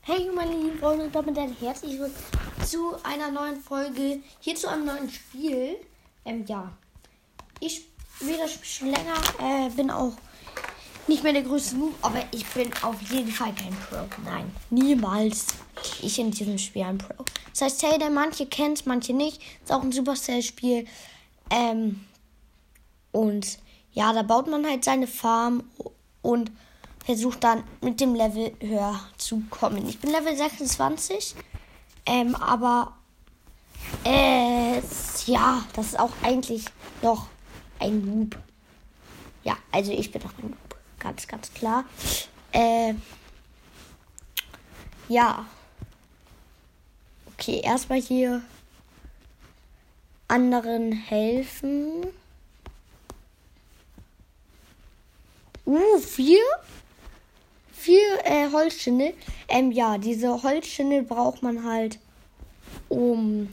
Hey meine lieben Freunde und damit ein herzlich willkommen zu einer neuen Folge, hier zu einem neuen Spiel. Ich spiele das Spiel schon länger, bin auch nicht mehr der größte Noob, aber ich bin auf jeden Fall kein Pro. Nein, niemals. Ich in diesem Spiel ein Pro. Das heißt, Telltale, manche kennen es, manche nicht. Ist auch ein Supercell-Spiel. Und ja, da baut man halt seine Farm und versucht dann mit dem Level höher zu kommen. Ich bin Level 26, aber ja, das ist auch eigentlich noch ein Noob. Ja, also ich bin noch ein Noob, ganz, ganz klar. Ja. Okay, erstmal hier anderen helfen. Vier Holzschindel. Ja, diese Holzschindel braucht man halt, um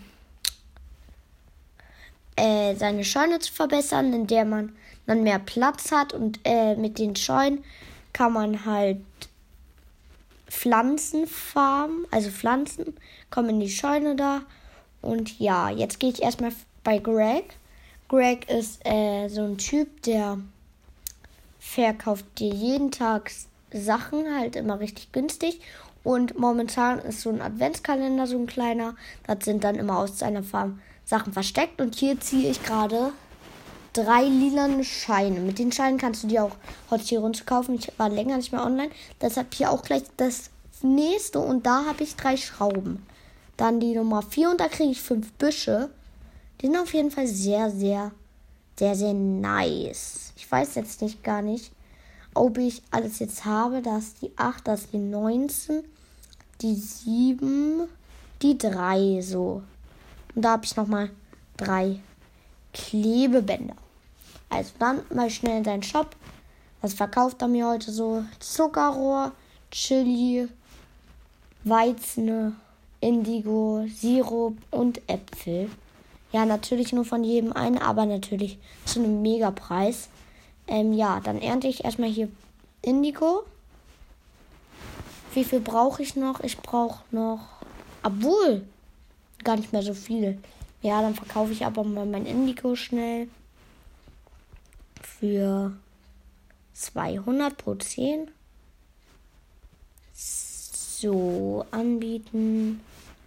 seine Scheune zu verbessern, in der man dann mehr Platz hat. Und mit den Scheunen kann man halt Pflanzen farmen. Also Pflanzen kommen in die Scheune da. Und ja, jetzt gehe ich erstmal bei Greg. Greg ist so ein Typ, der verkauft dir jeden Tag Sachen, halt immer richtig günstig. Und momentan ist so ein Adventskalender, so ein kleiner. Das sind dann immer aus seiner Farm Sachen versteckt. Und hier ziehe ich gerade 3 lilane Scheine. Mit den Scheinen kannst du dir auch Hot zu kaufen. Ich war länger nicht mehr online. Deshalb hier auch gleich das nächste. Und da habe ich 3 Schrauben. Dann die Nummer 4 und da kriege ich 5 Büsche. Die sind auf jeden Fall sehr, sehr, sehr, sehr nice. Ich weiß jetzt nicht gar nicht, ob ich alles jetzt habe. Das ist die 8, das ist die 19, die 7, die 3 so. Und da habe ich nochmal 3 Klebebänder. Also dann mal schnell in seinen Shop. Was verkauft er mir heute so? Zuckerrohr, Chili, Weizen, Indigo, Sirup und Äpfel. Ja, natürlich nur von jedem einen, aber natürlich zu einem Megapreis. Ja, dann ernte ich erstmal hier Indigo. Wie viel brauche ich noch? Ich brauche noch, obwohl, gar nicht mehr so viel. Ja, dann verkaufe ich aber mal mein Indigo schnell für 200 pro 10. So, anbieten.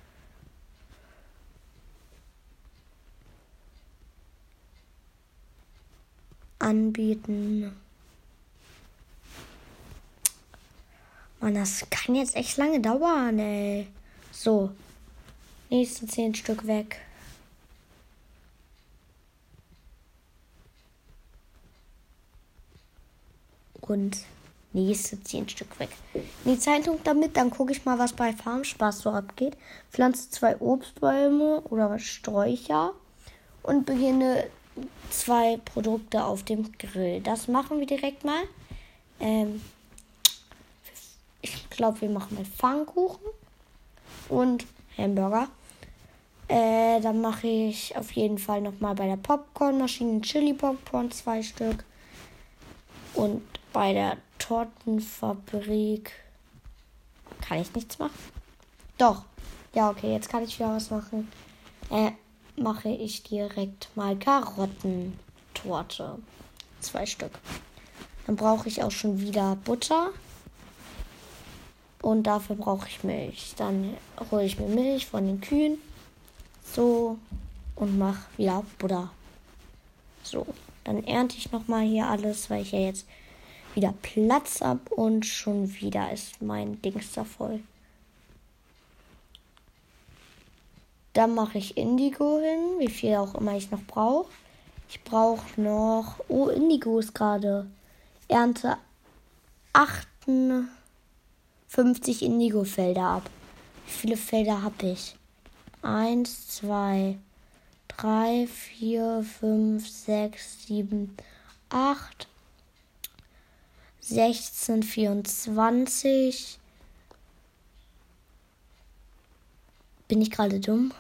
Mann, das kann jetzt echt lange dauern, ey. So, nächste 10 Stück weg. Und nächste 10 Stück weg. In die Zeitung damit, dann gucke ich mal, was bei Farmspaß so abgeht. Pflanze 2 Obstbäume oder Sträucher und beginne 2 Produkte auf dem Grill. Das machen wir direkt mal. Ich glaube, wir machen mal Pfannkuchen und Hamburger. Dann mache ich auf jeden Fall nochmal bei der Popcornmaschine Chili Popcorn 2 Stück. Und bei der Tortenfabrik kann ich nichts machen. Doch. Ja, okay, jetzt kann ich wieder was machen. Mache ich direkt mal Karottentorte. 2 Stück. Dann brauche ich auch schon wieder Butter. Und dafür brauche ich Milch. Dann hole ich mir Milch von den Kühen. So. Und mache wieder Butter. So. Dann ernte ich nochmal hier alles, weil ich ja jetzt wieder Platz habe. Und schon wieder ist mein Dings da voll. Dann mache ich Indigo hin, wie viel auch immer ich noch brauche. Ich brauche noch, Indigo ist gerade Ernte 58 Indigo-Felder ab. Wie viele Felder habe ich? 1, 2, 3, 4, 5, 6, 7, 8, 16, 24. Bin ich gerade dumm?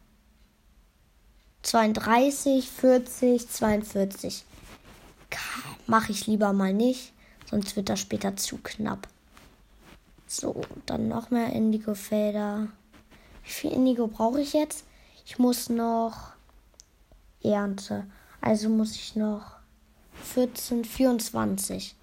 32, 40, 42. Mache ich lieber mal nicht, sonst wird das später zu knapp. So, dann noch mehr Indigo-Felder. Wie viel Indigo brauche ich jetzt? Ich muss noch Ernte. Also muss ich noch 14, 24.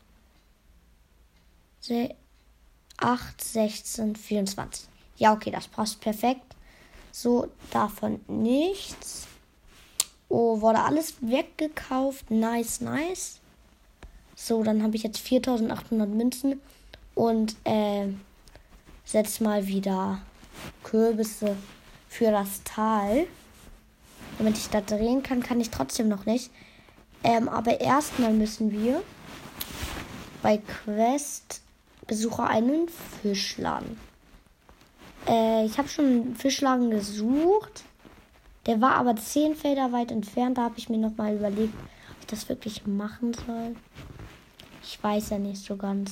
8, 16, 24. Ja, okay, das passt perfekt. So, davon nichts. Oh, wurde alles weggekauft. Nice, nice. So, dann habe ich jetzt 4800 Münzen. Und setz mal wieder Kürbisse für das Tal. Damit ich da drehen kann, kann ich trotzdem noch nicht. Aber erstmal müssen wir bei Quest besuche einen Fischladen. Ich habe schon einen Fischladen gesucht. Der war aber 10 Felder weit entfernt. Da habe ich mir nochmal überlegt, ob ich das wirklich machen soll. Ich weiß ja nicht so ganz.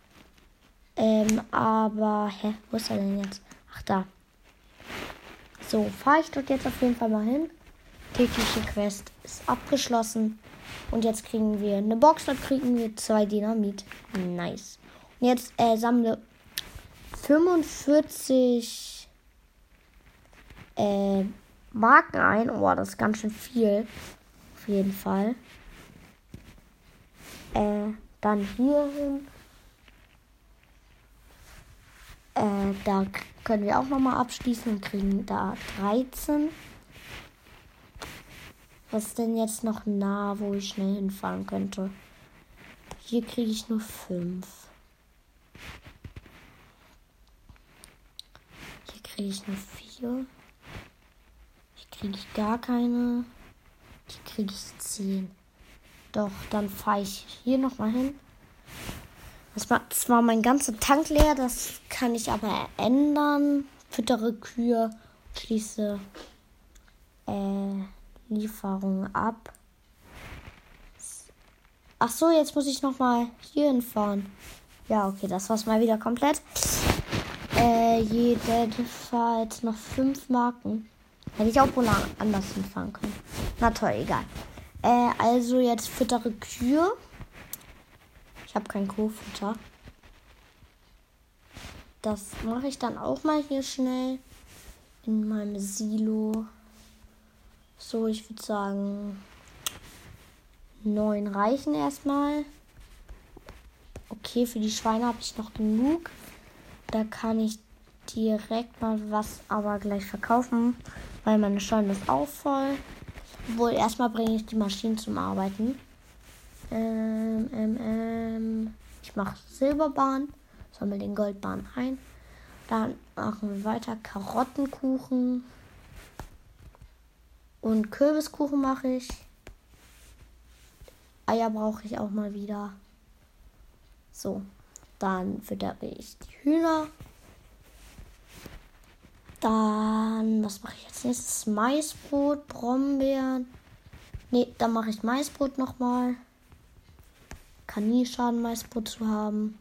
Aber, wo ist er denn jetzt? Ach, da. So, fahre ich dort jetzt auf jeden Fall mal hin. Tägliche Quest ist abgeschlossen. Und jetzt kriegen wir eine Box. Dort kriegen wir 2 Dynamit. Nice. Und jetzt sammle 45 Marken ein. Oh, das ist ganz schön viel. Auf jeden Fall. Dann hier hin. Da können wir auch nochmal abschließen und kriegen da 13. Was ist denn jetzt noch nah, wo ich schnell hinfahren könnte? Hier kriege ich nur 5. Hier kriege ich nur 4. Hier kriege ich gar keine. Hier kriege ich 10. Doch, dann fahre ich hier nochmal hin. Das war mein ganzer Tank leer. Das kann ich aber ändern. Füttere Kühe. Schließe Lieferung ab. Ach so, jetzt muss ich nochmal hier hinfahren. Ja, okay, das war's mal wieder komplett. Jedenfalls noch 5 Marken. Hätte ich auch wohl anders hinfahren können. Na toll, egal. Also jetzt füttere Kühe. Ich habe kein Kuhfutter. Das mache ich dann auch mal hier schnell in meinem Silo. So, ich würde sagen 9 reichen erstmal. Okay, für die Schweine habe ich noch genug. Da kann ich direkt mal was aber gleich verkaufen, weil meine Scheune ist auch voll. Obwohl, erstmal bringe ich die Maschinen zum Arbeiten. Ich mache Silberbahn, sammle den Goldbahn ein. Dann machen wir weiter Karottenkuchen. Und Kürbiskuchen mache ich. Eier brauche ich auch mal wieder. So, dann füttere ich die Hühner. Dann, was mache ich jetzt nächstes? Maisbrot, Brombeeren. Ne, dann mache ich Maisbrot nochmal. Kann nie schaden, Maisbrot zu haben.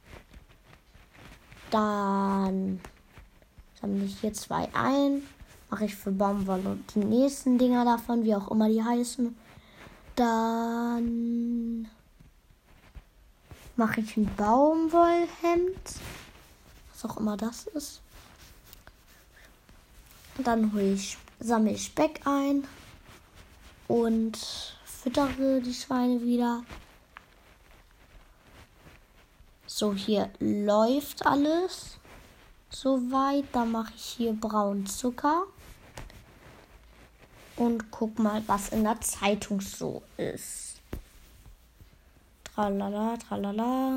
Dann sammle ich hier 2 ein. Mache ich für Baumwolle und die nächsten Dinger davon, wie auch immer die heißen. Dann mache ich ein Baumwollhemd. Was auch immer das ist. Dann sammle ich Speck ein und füttere die Schweine wieder. So, hier läuft alles soweit. Dann mache ich hier braunen Zucker. Und guck mal, was in der Zeitung so ist. Tralala, tralala.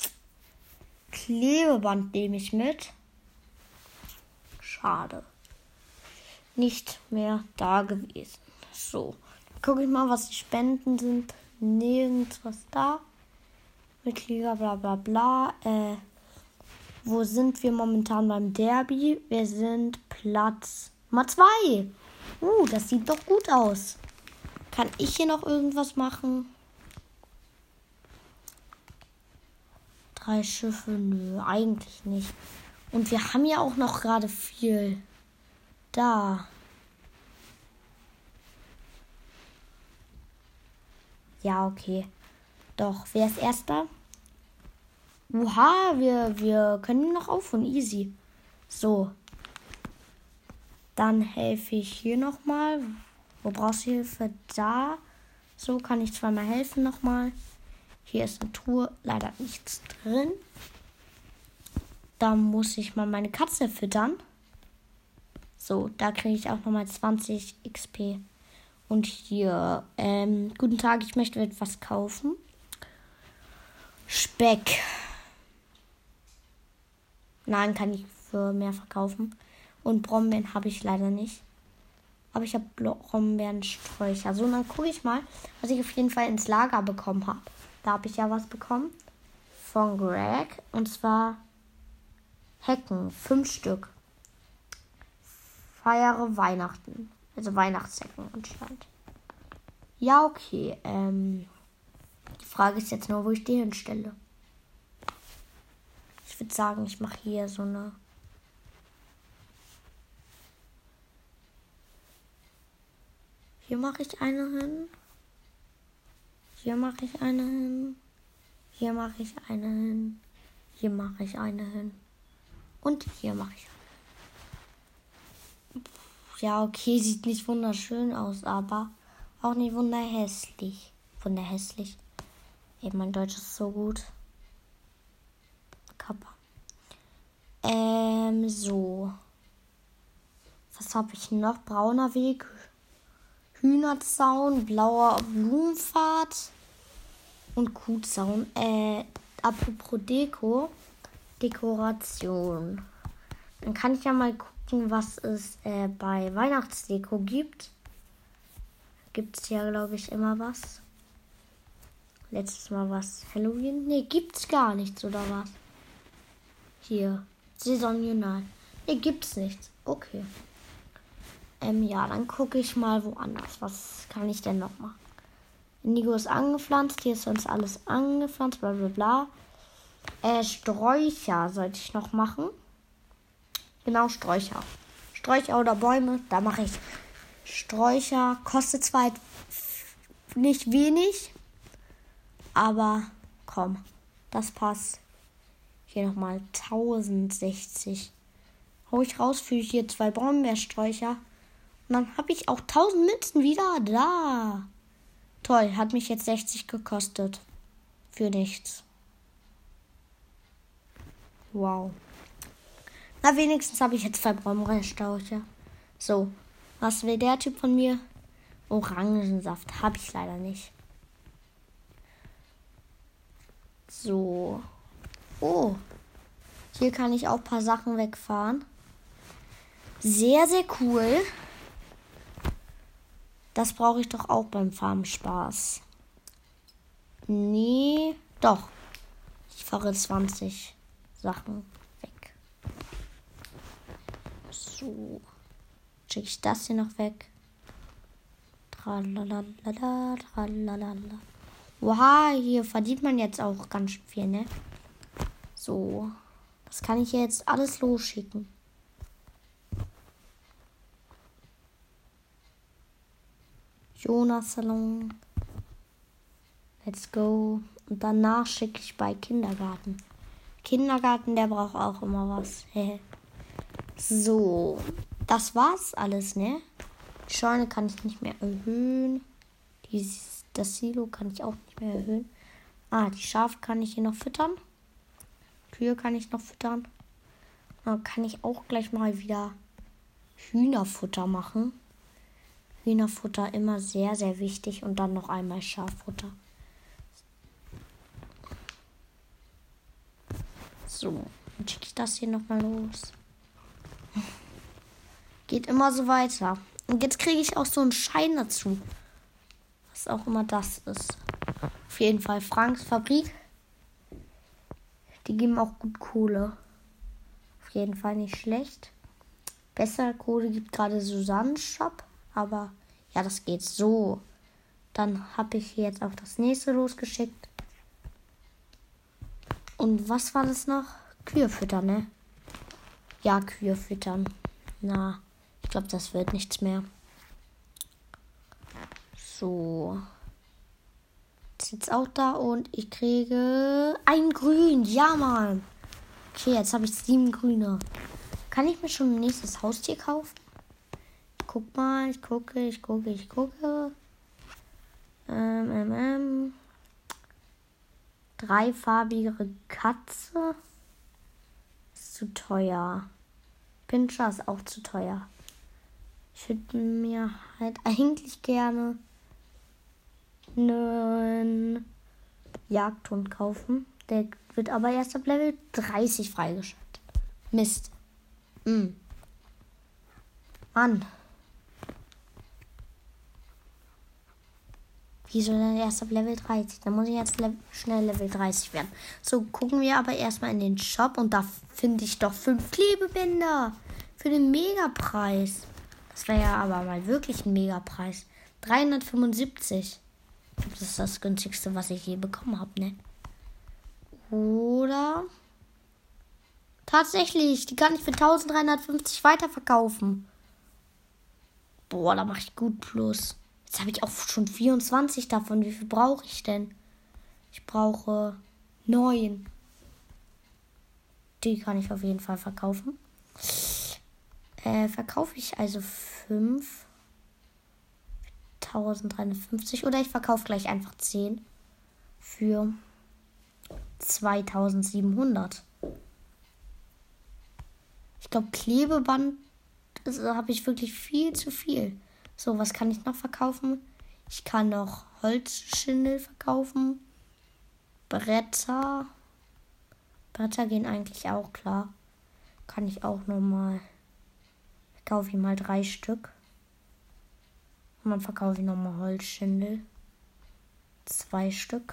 Klebeband nehme ich mit. Schade. Nicht mehr da gewesen. So, gucke ich mal, was die Spenden sind. Nirgends was da. Mitglieder, bla bla bla. Wo sind wir momentan beim Derby? Wir sind Platz Nummer 2. Das sieht doch gut aus. Kann ich hier noch irgendwas machen? 3 Schiffe? Nö, eigentlich nicht. Und wir haben ja auch noch gerade viel da. Ja, okay. Doch, wer ist Erster? Oha, wir können noch aufholen. Easy. So. Dann helfe ich hier nochmal. Wo brauchst du Hilfe? Da. So kann ich zweimal helfen nochmal. Hier ist eine Truhe. Leider nichts drin. Da muss ich mal meine Katze füttern. So, da kriege ich auch nochmal 20 XP. Und hier, guten Tag, ich möchte etwas kaufen. Speck. Nein, kann ich für mehr verkaufen. Und Brombeeren habe ich leider nicht. Aber ich habe Brombeerensträucher. So, und dann gucke ich mal, was ich auf jeden Fall ins Lager bekommen habe. Da habe ich ja was bekommen. Von Greg. Und zwar Hecken. 5 Stück. Feiere Weihnachten. Also Weihnachtshecken anscheinend. Ja, okay. Die Frage ist jetzt nur, wo ich die hinstelle. Ich würde sagen, ich mache hier so eine... Hier mache ich eine hin. Hier mache ich eine hin. Hier mache ich eine hin. Hier mache ich eine hin. Und hier mache ich eine. Ja, okay, sieht nicht wunderschön aus, aber auch nicht wunderhässlich. Wunderhässlich. Eben, mein Deutsch ist so gut. Kappa. So. Was habe ich noch? Brauner Weg. Hühnerzaun, blauer Blumenpfad und Kuhzaun. Apropos Dekoration. Dann kann ich ja mal gucken, was es bei Weihnachtsdeko gibt. Gibt es ja, glaube ich, immer was. Letztes Mal was Halloween. Ne, gibt's gar nichts, oder was? Hier. Saisonal. Ne, gibt's nichts. Okay. Ja, dann gucke ich mal woanders. Was kann ich denn noch machen? Indigo ist angepflanzt. Hier ist sonst alles angepflanzt. Bla bla bla. Sträucher sollte ich noch machen. Genau, Sträucher. Sträucher oder Bäume. Da mache ich Sträucher. Kostet zwar nicht wenig. Aber komm, das passt. Hier nochmal 1060. Hau ich raus, fühle ich hier 2 Brombeersträucher. Und dann habe ich auch 1000 Münzen wieder da. Toll, hat mich jetzt 60 gekostet. Für nichts. Wow. Na, wenigstens habe ich jetzt 2 Brombeersträucher. So, was will der Typ von mir? Orangensaft habe ich leider nicht. So. Oh. Hier kann ich auch ein paar Sachen wegfahren. Sehr, sehr cool. Das brauche ich doch auch beim Farmspaß. Nee, doch. Ich fahre 20 Sachen weg. So. Schicke ich das hier noch weg. Tralalala, tralalala. Wow, hier verdient man jetzt auch ganz schön viel, ne? So. Das kann ich jetzt alles losschicken. Jonas Salon. Let's go. Und danach schicke ich bei Kindergarten. Kindergarten, der braucht auch immer was. So. Das war's alles, ne? Die Scheune kann ich nicht mehr erhöhen. Das Silo kann ich auch nicht mehr erhöhen. Die Schafe kann ich hier noch füttern. Kühe kann ich noch füttern. Dann kann ich auch gleich mal wieder Hühnerfutter machen. Hühnerfutter immer sehr, sehr wichtig. Und dann noch einmal Schaffutter. So, dann schicke ich das hier nochmal los. Geht immer so weiter. Und jetzt kriege ich auch so einen Schein dazu. Was auch immer das ist. Auf jeden Fall Franks Fabrik. Die geben auch gut Kohle. Auf jeden Fall nicht schlecht. Bessere Kohle gibt gerade Susannens Shop. Aber ja, das geht so. Dann habe ich hier jetzt auch das nächste losgeschickt. Und was war das noch? Kühe füttern, ne? Ja, Kühe füttern. Na, ich glaube, das wird nichts mehr. So. ist jetzt auch da und ich kriege ein Grün. Ja, Mann. Okay, jetzt habe ich 7 Grüne. Kann ich mir schon ein nächstes Haustier kaufen? Guck mal, ich gucke. Dreifarbige Katze ist zu teuer. Pinscher ist auch zu teuer. Ich würde mir halt eigentlich gerne einen Jagdhund kaufen. Der wird aber erst ab Level 30 freigeschaltet. Mist. Mann. Wieso denn erst ab Level 30? Dann muss ich jetzt schnell Level 30 werden. So, gucken wir aber erstmal in den Shop. Und da finde ich doch 5 Klebebänder. Für den Megapreis. Das wäre ja aber mal wirklich ein Megapreis. 375. Das ist das günstigste, was ich je bekommen habe, ne? Oder? Tatsächlich, die kann ich für 1350 weiterverkaufen. Boah, da mache ich gut Plus. Jetzt habe ich auch schon 24 davon. Wie viel brauche ich denn? Ich brauche 9. Die kann ich auf jeden Fall verkaufen. Verkaufe ich also 5. 1350. Oder ich verkaufe gleich einfach 10. Für 2700. Ich glaube, Klebeband habe ich wirklich viel zu viel. So, was kann ich noch verkaufen? Ich kann noch Holzschindel verkaufen. Bretter. Bretter gehen eigentlich auch klar. Kann ich auch nochmal. Verkaufe ich mal 3 Stück. Und dann verkaufe ich nochmal Holzschindel. 2 Stück.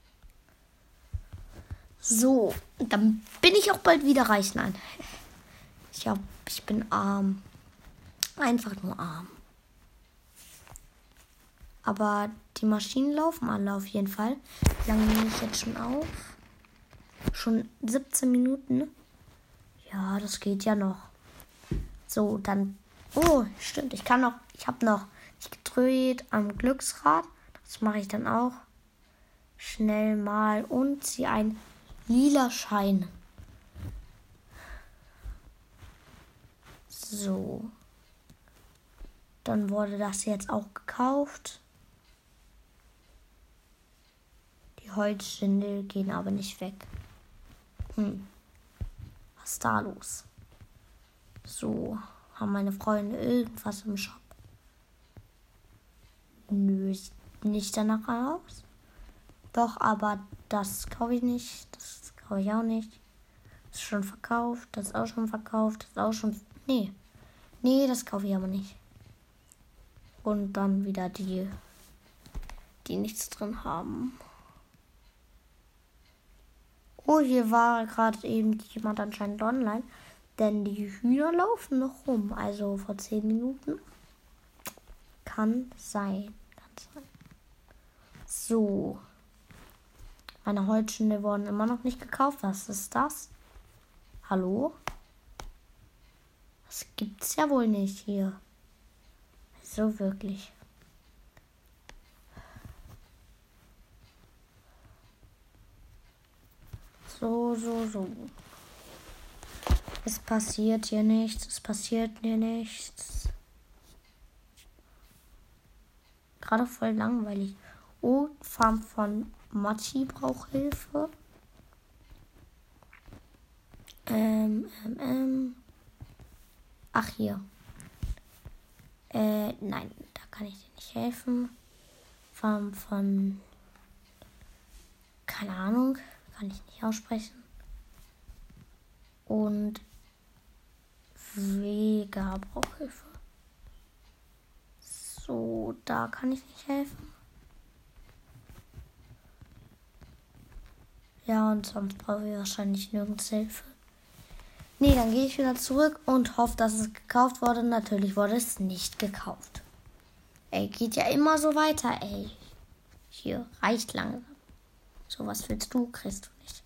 So, dann bin ich auch bald wieder reich. Nein. Ich bin arm. Einfach nur arm. Aber die Maschinen laufen alle auf jeden Fall. Wie lange nehme ich jetzt schon auf? Schon 17 Minuten. Ja, das geht ja noch. So, dann. Oh, stimmt. Ich habe noch nicht gedreht am Glücksrad. Das mache ich dann auch. Schnell mal und ziehe ein lila Schein. So. Dann wurde das jetzt auch gekauft. Die Holzschindel gehen aber nicht weg. Was ist da los? So, haben meine Freunde irgendwas im Shop? Nö, sieht nicht danach aus. Doch, aber das kaufe ich nicht. Das kaufe ich auch nicht. Das ist schon verkauft. Das ist auch schon verkauft. Das ist auch schon... Nee, das kaufe ich aber nicht. Und dann wieder die nichts drin haben. Oh, hier war gerade eben jemand anscheinend online. Denn die Hühner laufen noch rum. Also vor 10 Minuten. Kann sein. So. Meine Holzschindel wurden immer noch nicht gekauft. Was ist das? Hallo? Das gibt's ja wohl nicht hier. So wirklich. So. Es passiert hier nichts. Gerade voll langweilig. Oh, Farm von Matti braucht Hilfe. Ach, hier. Nein, da kann ich dir nicht helfen. Farm von... Keine Ahnung, kann ich nicht aussprechen. Und Vega braucht Hilfe. So, da kann ich nicht helfen. Ja, und sonst brauche ich wahrscheinlich nirgends Hilfe. Nee, dann gehe ich wieder zurück und hoffe, dass es gekauft wurde. Natürlich wurde es nicht gekauft. Ey, geht ja immer so weiter, ey. Hier, reicht langsam. So, was willst du? Kriegst du nicht.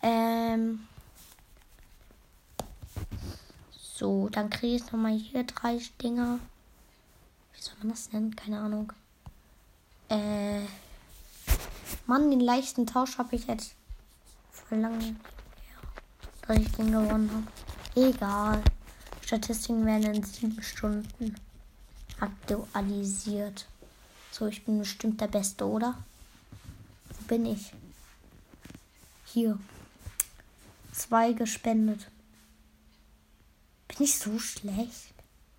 So, dann kriege ich nochmal hier 3 Dinger. Wie soll man das nennen? Keine Ahnung. Mann, den leichten Tausch habe ich jetzt voll lange her, dass ich den gewonnen habe. Egal. Statistiken werden in 7 Stunden aktualisiert. So, ich bin bestimmt der Beste, oder? Wo bin ich? Hier. 2 gespendet. Bin ich so schlecht?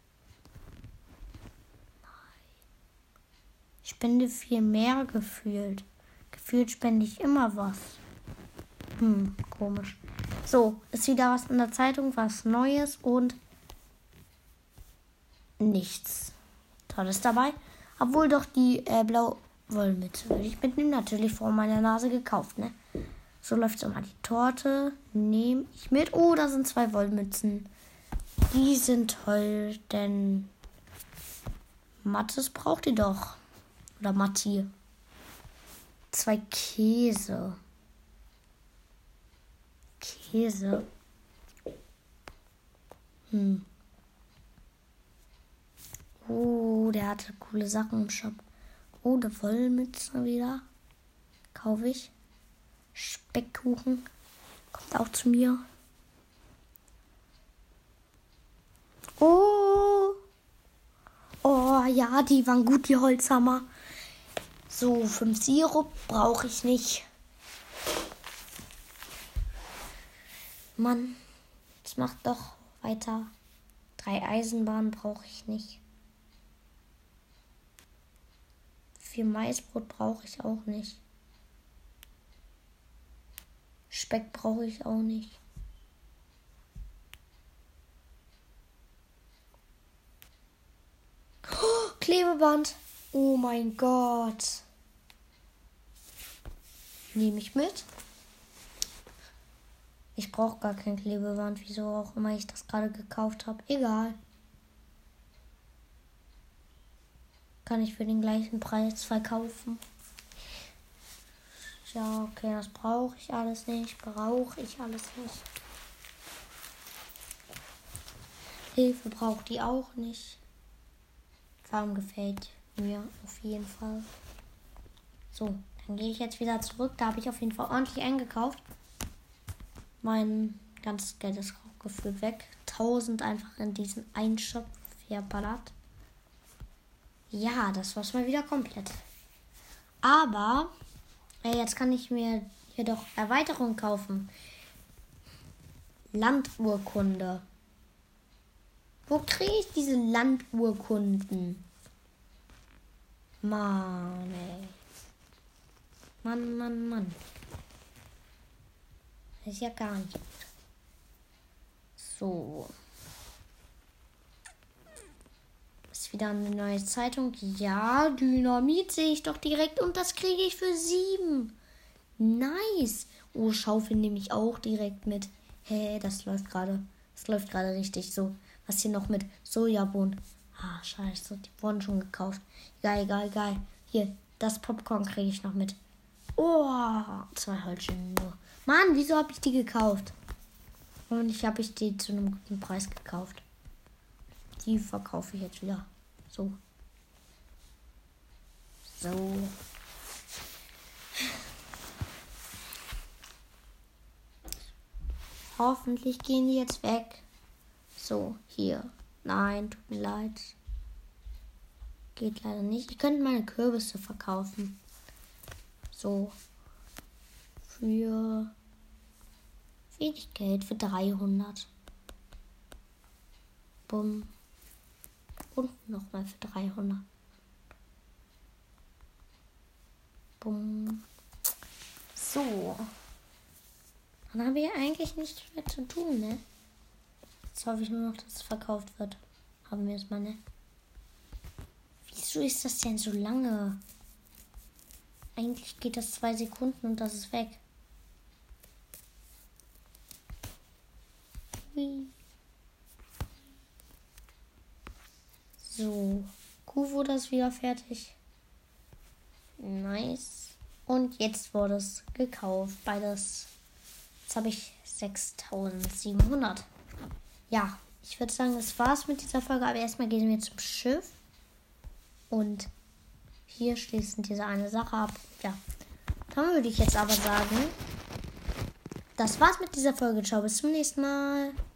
Ich spende viel mehr gefühlt. Gefühlt spende ich immer was. Komisch. So, ist wieder was in der Zeitung, was Neues und nichts Tolles dabei. Obwohl doch die blaue Wollmütze würde ich mitnehmen. Natürlich vor meiner Nase gekauft, ne? So läuft so mal die Torte. Nehme ich mit. Oh, da sind 2 Wollmützen. Die sind toll, denn Mathis braucht die doch. Oder Matti. 2 Käse. Käse. Oh, der hatte coole Sachen im Shop. Oh, der Wollmütze wieder. Kaufe ich. Speckkuchen. Kommt auch zu mir. Oh. Oh, ja, die waren gut, die Holzhammer. So, 5 Sirup brauche ich nicht. Mann, jetzt macht doch weiter. 3 Eisenbahnen brauche ich nicht. 4 Maisbrot brauche ich auch nicht. Speck brauche ich auch nicht. Oh, Klebeband. Oh mein Gott. Nehme ich mit. Ich brauche gar kein Klebeband, wieso auch immer ich das gerade gekauft habe. Egal. Kann ich für den gleichen Preis verkaufen. Ja, okay, das brauche ich alles nicht. Hilfe braucht die auch nicht. Farm gefällt mir auf jeden Fall. So, dann gehe ich jetzt wieder zurück. Da habe ich auf jeden Fall ordentlich eingekauft. Mein ganzes Geld ist auch gefühlt weg. 1000 einfach in diesen Einshop verballert. Ja, das war's mal wieder komplett. Aber jetzt kann ich mir hier doch Erweiterung kaufen. Landurkunde. Wo kriege ich diese Landurkunden? Mann, ey. Mann. Das ist ja gar nicht gut. So. Ist wieder eine neue Zeitung. Ja, Dynamit sehe ich doch direkt und das kriege ich für 7. Nice. Oh, Schaufel nehme ich auch direkt mit. Das läuft gerade. Das läuft gerade richtig so. Was hier noch mit Sojabohnen? Ah, scheiße. Die wurden schon gekauft. Geil. Hier, das Popcorn kriege ich noch mit. Oh, 2 Holzchen nur. Mann, wieso habe ich die gekauft? Und ich habe die zu einem guten Preis gekauft. Die verkaufe ich jetzt wieder. So. Hoffentlich gehen die jetzt weg. So, hier. Nein, tut mir leid. Geht leider nicht. Ich könnte meine Kürbisse verkaufen. So. Für wenig Geld, für 300. Bumm. Und nochmal für 300. Bumm. So. Dann haben wir eigentlich nichts mehr zu tun, ne? Jetzt hoffe ich nur noch, dass es verkauft wird. Haben wir es mal, ne? Wieso ist das denn so lange? Eigentlich geht das 2 Sekunden und das ist weg. So. Kuh ist wieder fertig. Nice. Und jetzt wurde es gekauft. Beides. Jetzt habe ich 6700. Ja, ich würde sagen, das war's mit dieser Folge. Aber erstmal gehen wir zum Schiff. Und hier schließen diese eine Sache ab. Ja. Davon würde ich jetzt aber sagen, das war's mit dieser Folge. Ciao, bis zum nächsten Mal.